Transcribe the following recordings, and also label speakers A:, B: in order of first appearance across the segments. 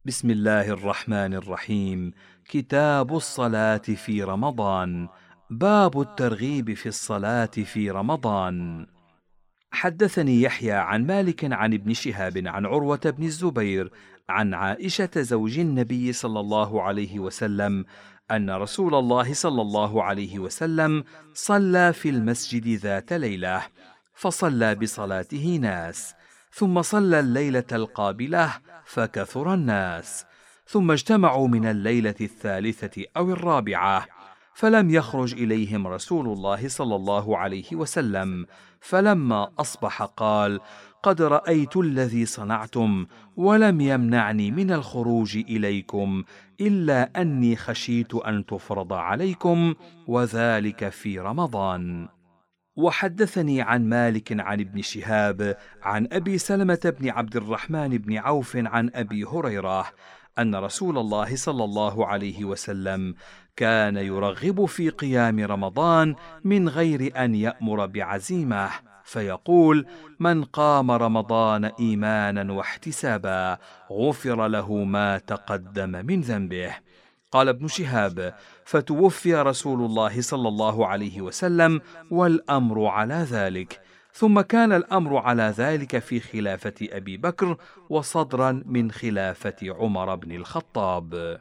A: بسم الله الرحمن الرحيم. كتاب الصلاة في رمضان. باب الترغيب في الصلاة في رمضان. حدثني يحيى عن مالك عن ابن شهاب عن عروة بن الزبير عن عائشة زوج النبي صلى الله عليه وسلم أن رسول الله صلى الله عليه وسلم صلى في المسجد ذات ليلة، فصلى بصلاته ناس، ثم صلى الليلة القابلة فكثر الناس، ثم اجتمعوا من الليلة الثالثة أو الرابعة، فلم يخرج إليهم رسول الله صلى الله عليه وسلم، فلما أصبح قال: قد رأيت الذي صنعتم، ولم يمنعني من الخروج إليكم إلا أني خشيت أن تفرض عليكم، وذلك في رمضان. وحدثني عن مالك عن ابن شهاب عن أبي سلمة بن عبد الرحمن بن عوف عن أبي هريرة أن رسول الله صلى الله عليه وسلم كان يرغب في قيام رمضان من غير أن يأمر بعزيمة، فيقول: من قام رمضان إيمانا واحتسابا غفر له ما تقدم من ذنبه. قال ابن شهاب: فتوفي رسول الله صلى الله عليه وسلم والأمر على ذلك، ثم كان الأمر على ذلك في خلافة أبي بكر وصدرا من خلافة عمر بن الخطاب.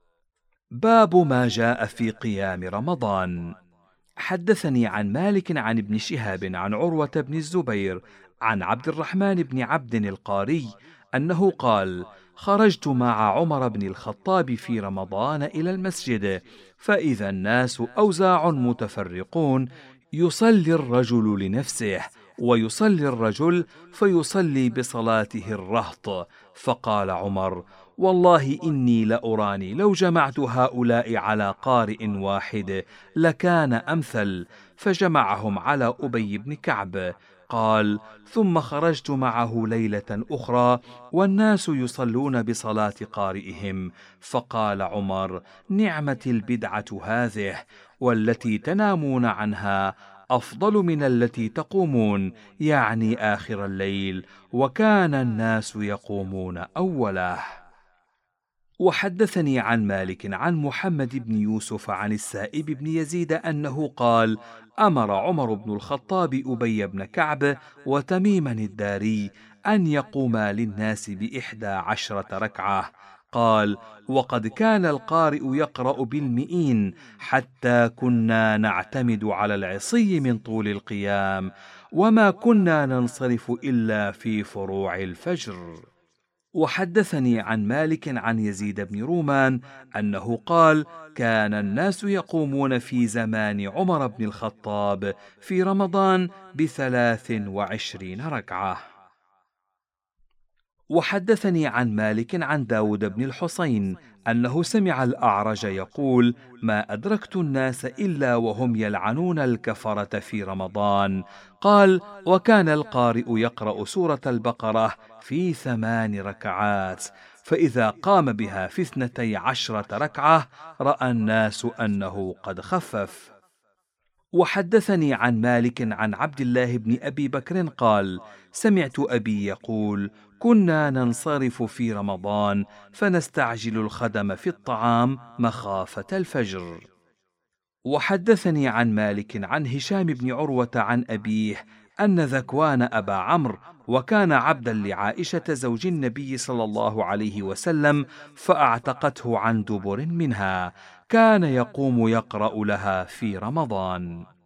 A: باب ما جاء في قيام رمضان. حدثني عن مالك عن ابن شهاب عن عروة بن الزبير عن عبد الرحمن بن عبد القاري أنه قال: خرجت مع عمر بن الخطاب في رمضان إلى المسجد، فإذا الناس أوزاع متفرقون، يصلي الرجل لنفسه، ويصلي الرجل فيصلي بصلاته الرهط. فقال عمر: والله إني لأراني لو جمعت هؤلاء على قارئ واحد لكان أمثل، فجمعهم على أبي بن كعب. قال: ثم خرجت معه ليلة أخرى والناس يصلون بصلاة قارئهم، فقال عمر: نعمة البدعة هذه، والتي تنامون عنها أفضل من التي تقومون، يعني آخر الليل، وكان الناس يقومون أوله. وحدثني عن مالك عن محمد بن يوسف عن السائب بن يزيد أنه قال: أمر عمر بن الخطاب أبي بن كعب وتميما الداري أن يقوما للناس ب11 ركعة. قال: وقد كان القارئ يقرأ بالمئين، حتى كنا نعتمد على العصي من طول القيام، وما كنا ننصرف إلا في فروع الفجر. وحدثني عن مالك عن يزيد بن رومان أنه قال: كان الناس يقومون في زمان عمر بن الخطاب في رمضان ب23 ركعة. وحدثني عن مالك عن داود بن الحصين أنه سمع الأعرج يقول: ما أدركت الناس إلا وهم يلعنون الكفرة في رمضان. قال: وكان القارئ يقرأ سورة البقرة في 8 ركعات، فإذا قام بها في 12 ركعة رأى الناس أنه قد خفف. وحدثني عن مالك عن عبد الله بن أبي بكر قال: سمعت أبي يقول: كنا ننصرف في رمضان فنستعجل الخدم في الطعام مخافة الفجر. وحدثني عن مالك عن هشام بن عروة عن أبيه أن ذكوان أبا عمرو وكان عبدا لعائشة زوج النبي صلى الله عليه وسلم فأعتقته عن دبر منها، كان يقوم يقرأ لها في رمضان.